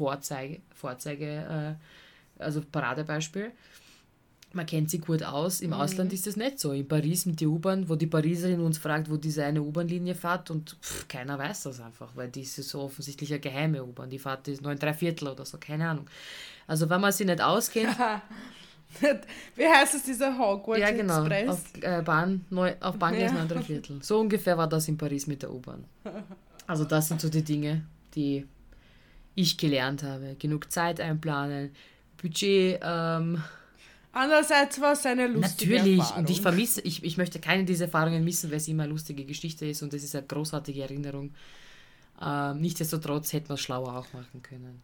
also Paradebeispiel. Man kennt sie gut aus. Im Ausland ist das nicht so. In Paris mit der U-Bahn, wo die Pariserin uns fragt, wo diese eine U-Bahn-Linie fährt, und keiner weiß das einfach, weil die ist so offensichtlich eine geheime U-Bahn. Die Fahrt ist 9 3/4 oder so, keine Ahnung. Also wenn man sie nicht auskennt... Wie heißt es, dieser Hogwarts Express? Ja, genau. Express? Auf Bahngleis 9 3/4. So ungefähr war das in Paris mit der U-Bahn. Also das sind so die Dinge, die ich gelernt habe. Genug Zeit einplanen, Budget... Andererseits war es eine lustige Erfahrung. Und ich möchte keine dieser Erfahrungen missen, weil es immer eine lustige Geschichte ist und es ist eine großartige Erinnerung. Nichtsdestotrotz hätte man es schlauer auch machen können.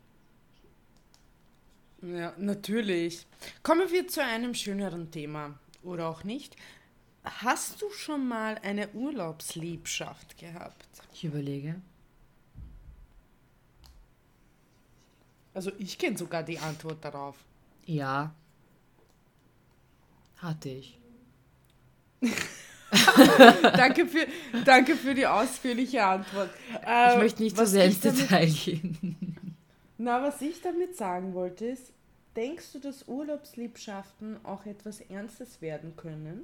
Ja, natürlich. Kommen wir zu einem schöneren Thema, oder auch nicht. Hast du schon mal eine Urlaubsliebschaft gehabt? Ich überlege. Also ich kenne sogar die Antwort darauf. Ja. Hatte ich. Danke für die ausführliche Antwort. Ich möchte nicht so sehr ins Detail gehen. Na, was ich damit sagen wollte ist, denkst du, dass Urlaubsliebschaften auch etwas Ernstes werden können?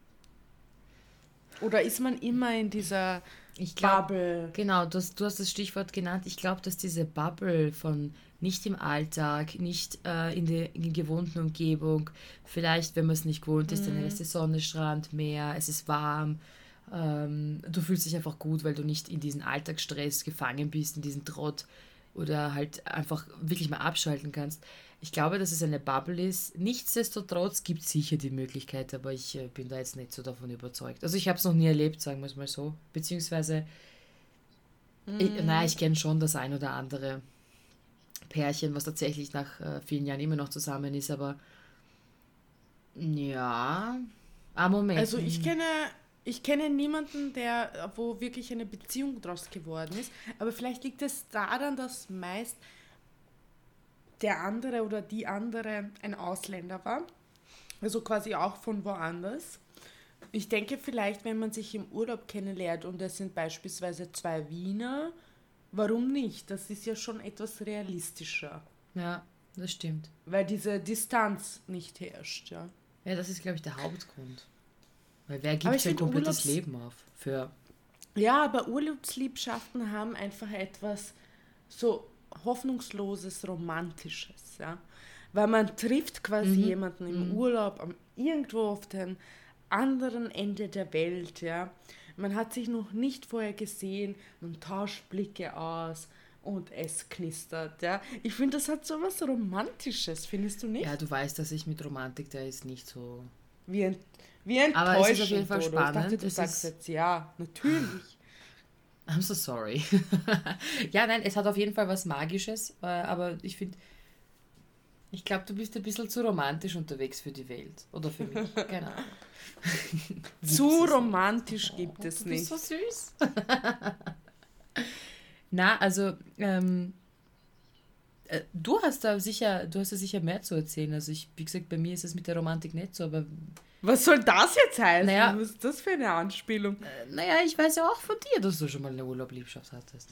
Oder ist man immer in dieser Bubble? Genau, du hast das Stichwort genannt. Ich glaube, dass diese Bubble von nicht im Alltag, nicht in der gewohnten Umgebung, vielleicht, wenn man es nicht gewohnt ist, dann ist die Sonne, Strand, Meer, es ist warm, du fühlst dich einfach gut, weil du nicht in diesen Alltagsstress gefangen bist, in diesen Trott oder halt einfach wirklich mal abschalten kannst. Ich glaube, dass es eine Bubble ist. Nichtsdestotrotz gibt es sicher die Möglichkeit, aber ich bin da jetzt nicht so davon überzeugt. Also ich habe es noch nie erlebt, sagen wir es mal so. Beziehungsweise, ich kenne schon das ein oder andere Pärchen, was tatsächlich nach vielen Jahren immer noch zusammen ist, aber ja. Moment. Also ich kenne niemanden, wo wirklich eine Beziehung draus geworden ist, aber vielleicht liegt es daran, dass meist der andere oder die andere ein Ausländer war, also quasi auch von woanders. Ich denke vielleicht, wenn man sich im Urlaub kennenlernt und es sind beispielsweise 2 Wiener, warum nicht? Das ist ja schon etwas realistischer. Ja, das stimmt. Weil diese Distanz nicht herrscht, ja. Ja, das ist, glaube ich, der Hauptgrund. Weil wer gibt sein komplettes Leben auf? Ja, aber Urlaubsliebschaften haben einfach etwas so hoffnungsloses, romantisches, ja. Weil man trifft quasi jemanden im Urlaub, irgendwo auf dem anderen Ende der Welt, ja. Man hat sich noch nicht vorher gesehen, man tauscht Blicke aus und es knistert, ja. Ich finde, das hat so was Romantisches, findest du nicht? Ja, du weißt, dass ich mit Romantik, da ist nicht so... Wie enttäuschend, aber es ist auf jeden Fall spannend. Ich dachte, du sagst jetzt ja, natürlich. I'm so sorry. Ja, nein, es hat auf jeden Fall was Magisches, aber ich finde, ich glaube, du bist ein bisschen zu romantisch unterwegs für die Welt. Oder für mich, keine Ahnung. Zu romantisch gibt es nicht. Du bist so süß. Na, also, du hast da sicher mehr zu erzählen. Also wie gesagt, bei mir ist es mit der Romantik nicht so, aber... Was soll das jetzt heißen? Naja, was ist das für eine Anspielung? Ich weiß ja auch von dir, dass du schon mal eine Urlaubliebschaft hattest.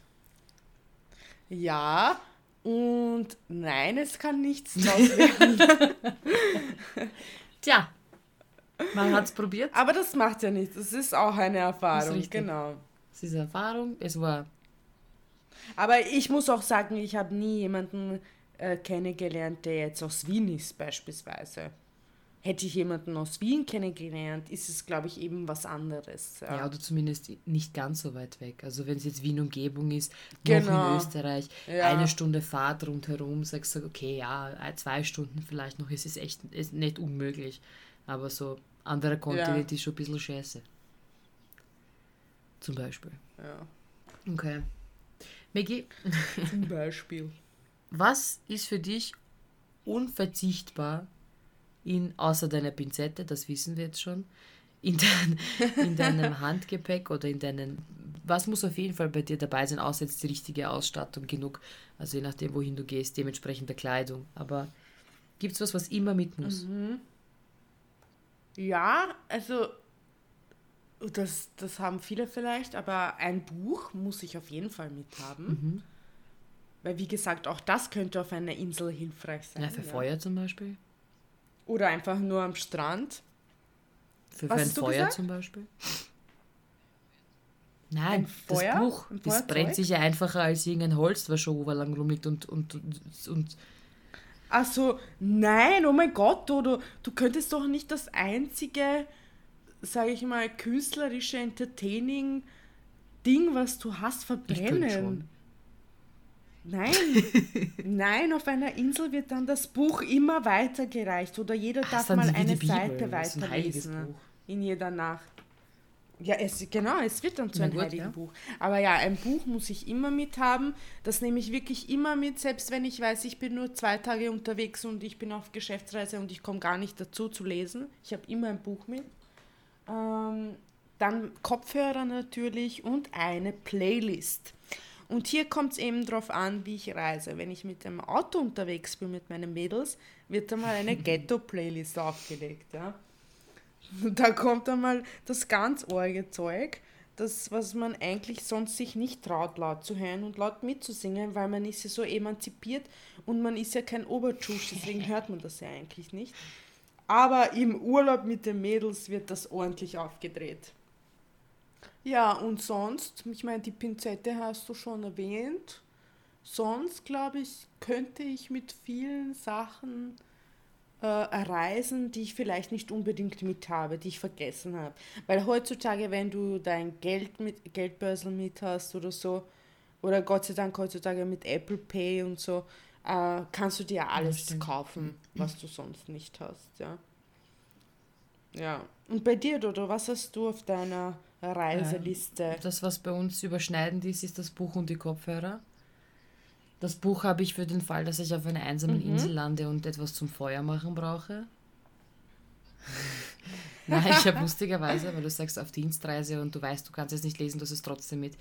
Ja, und nein, es kann nichts draus werden. Tja, man hat es probiert. Aber das macht ja nichts, es ist auch eine Erfahrung, genau. Es ist eine Erfahrung, es war... Aber ich muss auch sagen, ich habe nie jemanden kennengelernt, der jetzt aus Wien ist beispielsweise. Hätte ich jemanden aus Wien kennengelernt, ist es, glaube ich, eben was anderes. Ja, oder zumindest nicht ganz so weit weg. Also wenn es jetzt Wien-Umgebung ist, genau. Noch in Österreich, 1 Stunde Fahrt rundherum, sagst du, okay, ja, 2 Stunden vielleicht noch, ist nicht unmöglich. Aber so anderer Kontinent ist schon ein bisschen scheiße. Zum Beispiel. Ja. Okay. Maggie, zum Beispiel. Was ist für dich unverzichtbar außer deiner Pinzette, das wissen wir jetzt schon, in deinem Handgepäck oder was muss auf jeden Fall bei dir dabei sein, außer jetzt die richtige Ausstattung genug, also je nachdem, wohin du gehst, dementsprechend der Kleidung, aber gibt es was immer mit muss? Ja, also das haben viele vielleicht, aber ein Buch muss ich auf jeden Fall mithaben, weil wie gesagt, auch das könnte auf einer Insel hilfreich sein. Ja, für Feuer zum Beispiel. Oder einfach nur am Strand. Für ein Feuer zum Beispiel? Nein, das Buch, das brennt sicher einfacher als irgendein Holz, was schon lang rumliegt und Ach so, nein, oh mein Gott, du könntest doch nicht das einzige, sage ich mal, künstlerische Entertaining-Ding, was du hast, verbrennen. Ich könnte schon. Nein, auf einer Insel wird dann das Buch immer weitergereicht oder jeder darf mal eine Seite weiterlesen in jeder Nacht. Ja, es wird dann zu einem heiligen Buch. Aber ja, ein Buch muss ich immer mithaben. Das nehme ich wirklich immer mit, selbst wenn ich weiß, ich bin nur 2 Tage unterwegs und ich bin auf Geschäftsreise und ich komme gar nicht dazu zu lesen. Ich habe immer ein Buch mit. Dann Kopfhörer natürlich und eine Playlist. Und hier kommt es eben drauf an, wie ich reise. Wenn ich mit dem Auto unterwegs bin, mit meinen Mädels, wird da mal eine Ghetto-Playlist aufgelegt. Ja? Da kommt einmal das ganz arge Zeug, das, was man eigentlich sonst sich nicht traut, laut zu hören und laut mitzusingen, weil man ist ja so emanzipiert und man ist ja kein Obertschusch, deswegen hört man das ja eigentlich nicht. Aber im Urlaub mit den Mädels wird das ordentlich aufgedreht. Ja, und sonst, ich meine, die Pinzette hast du schon erwähnt. Sonst, glaube ich, könnte ich mit vielen Sachen reisen, die ich vielleicht nicht unbedingt mit habe, die ich vergessen habe. Weil heutzutage, wenn du dein Geldbörsel mit hast oder so, oder Gott sei Dank heutzutage mit Apple Pay und so, kannst du dir alles kaufen, was du sonst nicht hast, ja. Ja. Und bei dir, Dodo, was hast du auf deiner Reiseliste? Das, was bei uns überschneidend ist, ist das Buch und die Kopfhörer. Das Buch habe ich für den Fall, dass ich auf einer einsamen Insel lande und etwas zum Feuer machen brauche. Nein, ich habe lustigerweise, weil du sagst, auf Dienstreise und du weißt, du kannst es nicht lesen, du hast es trotzdem mit.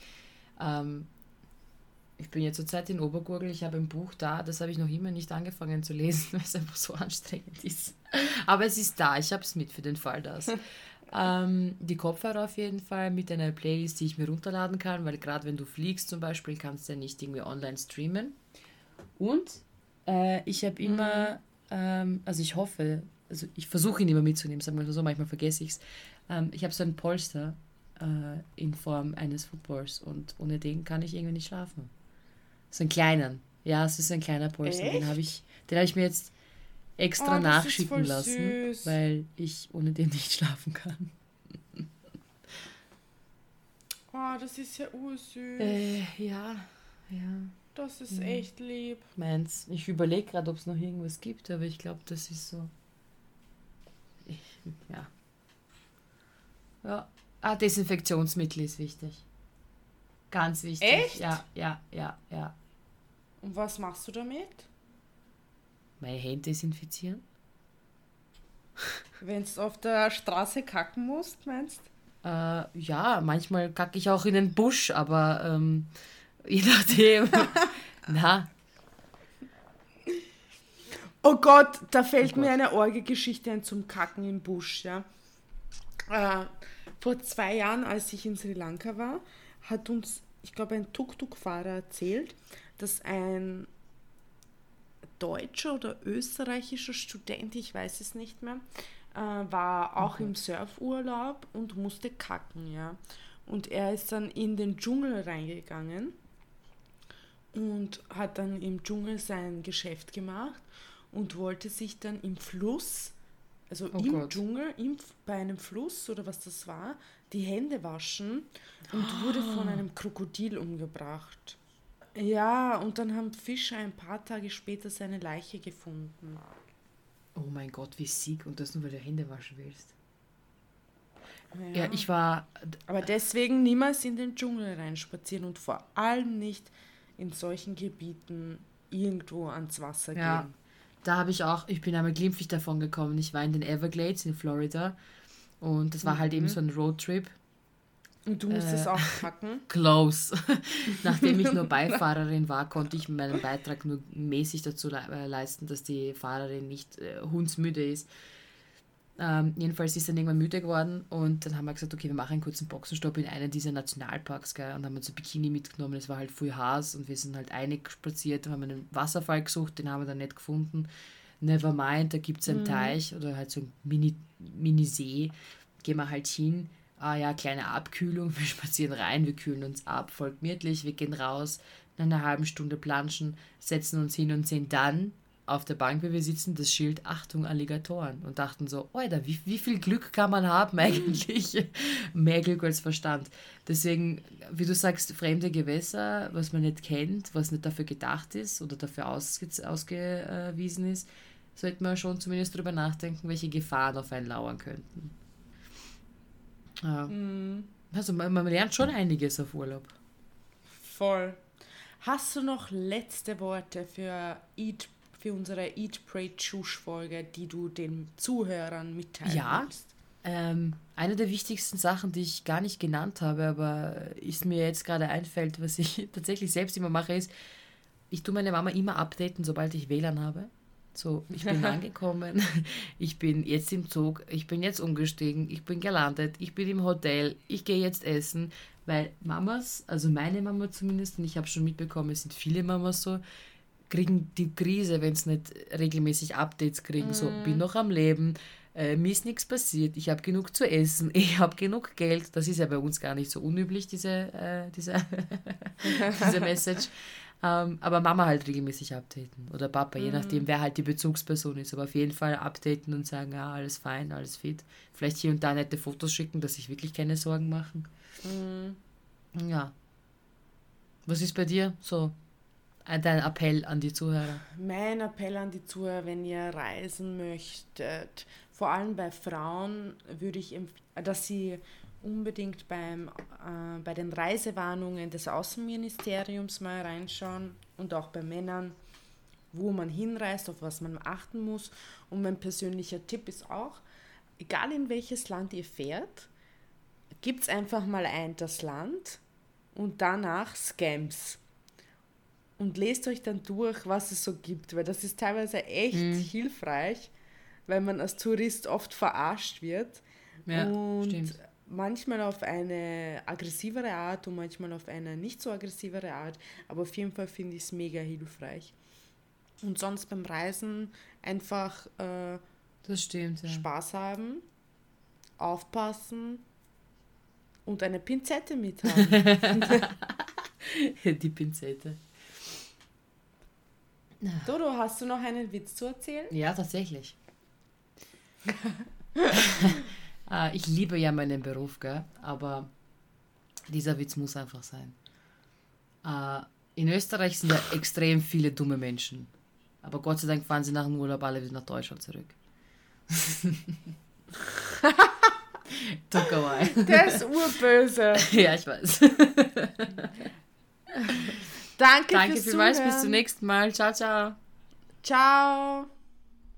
Ich bin ja zurzeit in Obergurgl, ich habe ein Buch da, das habe ich noch immer nicht angefangen zu lesen, weil es einfach so anstrengend ist. Aber es ist da, ich habe es mit für den Fall das. Die Kopfhörer auf jeden Fall mit einer Playlist, die ich mir runterladen kann, weil gerade wenn du fliegst zum Beispiel, kannst du ja nicht irgendwie online streamen. Und ich habe immer, also ich hoffe, also ich versuche ihn immer mitzunehmen, sagen wir mal so, manchmal vergesse ich es. Ich habe so ein Polster in Form eines Footballs und ohne den kann ich irgendwie nicht schlafen. So einen kleinen. Ja, es ist ein kleiner Polster. Den habe ich mir jetzt extra nachschicken lassen, süß, weil ich ohne den nicht schlafen kann. Oh, das ist ja ursüß. Ja. Das ist echt lieb. Meins. Ich überlege gerade, ob es noch irgendwas gibt, aber ich glaube, das ist so. Ja. Desinfektionsmittel ist wichtig. Ganz wichtig. Echt? Ja. Und was machst du damit? Meine Hände desinfizieren. Wenn du auf der Straße kacken musst, meinst du? Ja, manchmal kacke ich auch in den Busch, aber je nachdem. Na. Oh Gott, da fällt mir eine Orgelgeschichte ein zum Kacken im Busch, ja. Vor 2 Jahren, als ich in Sri Lanka war, hat uns, ich glaube, ein Tuk-Tuk-Fahrer erzählt, dass ein deutscher oder österreichischer Student, ich weiß es nicht mehr, war auch im Surfurlaub und musste kacken, ja. Und er ist dann in den Dschungel reingegangen und hat dann im Dschungel sein Geschäft gemacht und wollte sich dann im Fluss, also Dschungel, bei einem Fluss oder was das war, die Hände waschen und wurde von einem Krokodil umgebracht. Ja, und dann haben Fischer ein paar Tage später seine Leiche gefunden. Oh mein Gott, wie sick. Und das nur, weil du Hände waschen willst. Ja, ich war... Aber deswegen niemals in den Dschungel reinspazieren und vor allem nicht in solchen Gebieten irgendwo ans Wasser gehen. Da habe ich bin einmal glimpflich davon gekommen. Ich war in den Everglades in Florida und das war halt eben so ein Roadtrip. Und du musstest auch kacken? Close. Nachdem ich nur Beifahrerin war, konnte ich meinen Beitrag nur mäßig dazu leisten, dass die Fahrerin nicht hundsmüde ist. Jedenfalls ist dann irgendwann müde geworden und dann haben wir gesagt, okay, wir machen einen kurzen Boxenstopp in einen dieser Nationalparks, gell, und haben uns ein Bikini mitgenommen, es war halt voll heiß und wir sind halt einspaziert und haben einen Wasserfall gesucht, den haben wir dann nicht gefunden. Nevermind, da gibt es einen Teich oder halt so ein Mini-See, gehen wir halt hin, kleine Abkühlung, wir spazieren rein, wir kühlen uns ab, voll gemütlich, wir gehen raus, nach einer halben Stunde planschen, setzen uns hin und sehen dann auf der Bank, wie wir sitzen, das Schild Achtung Alligatoren und dachten so, Alter, wie viel Glück kann man haben eigentlich? Mehr Glück als Verstand. Deswegen, wie du sagst, fremde Gewässer, was man nicht kennt, was nicht dafür gedacht ist oder dafür ausgewiesen ist, sollte man schon zumindest darüber nachdenken, welche Gefahren auf einen lauern könnten. Ja. Also man lernt schon einiges auf Urlaub. Voll. Hast du noch letzte Worte für unsere Eat, Pray, Choose-Folge, die du den Zuhörern mitteilen willst? Eine der wichtigsten Sachen, die ich gar nicht genannt habe, aber ist mir jetzt gerade einfällt, was ich tatsächlich selbst immer mache, ist, ich tue meine Mama immer updaten, sobald ich WLAN habe. So, ich bin angekommen, ich bin jetzt im Zug, ich bin jetzt umgestiegen, ich bin gelandet, ich bin im Hotel, ich gehe jetzt essen, weil Mamas, also meine Mama zumindest, und ich habe schon mitbekommen, es sind viele Mamas so, kriegen die Krise, wenn es nicht regelmäßig Updates kriegen, so, bin noch am Leben, mir ist nichts passiert, ich habe genug zu essen, ich habe genug Geld, das ist ja bei uns gar nicht so unüblich, diese Message. Aber Mama halt regelmäßig updaten oder Papa, je nachdem, wer halt die Bezugsperson ist. Aber auf jeden Fall updaten und sagen, ja, alles fein, alles fit. Vielleicht hier und da nette Fotos schicken, dass sich wirklich keine Sorgen machen. Ja. Was ist bei dir so dein Appell an die Zuhörer? Mein Appell an die Zuhörer, wenn ihr reisen möchtet, vor allem bei Frauen, würde ich empfehlen, dass sie unbedingt bei den Reisewarnungen des Außenministeriums mal reinschauen und auch bei Männern, wo man hinreist, auf was man achten muss. Und mein persönlicher Tipp ist auch, egal in welches Land ihr fährt, gebt einfach mal ein das Land und danach Scams. Und lest euch dann durch, was es so gibt, weil das ist teilweise echt hilfreich, weil man als Tourist oft verarscht wird. Ja, und stimmt. Manchmal auf eine aggressivere Art und manchmal auf eine nicht so aggressivere Art, aber auf jeden Fall finde ich es mega hilfreich. Und sonst beim Reisen einfach Das stimmt, ja. Spaß haben, aufpassen und eine Pinzette mit haben. Die Pinzette. Dodo, hast du noch einen Witz zu erzählen? Ja, tatsächlich. Ich liebe ja meinen Beruf, gell? Aber dieser Witz muss einfach sein. In Österreich sind ja extrem viele dumme Menschen. Aber Gott sei Dank fahren sie nach dem Urlaub alle wieder nach Deutschland zurück. Took a while. Der ist urböse. Ja, ich weiß. Danke Danke fürs vielmals, Zuhören. bis zum nächsten Mal. Ciao, ciao. Ciao.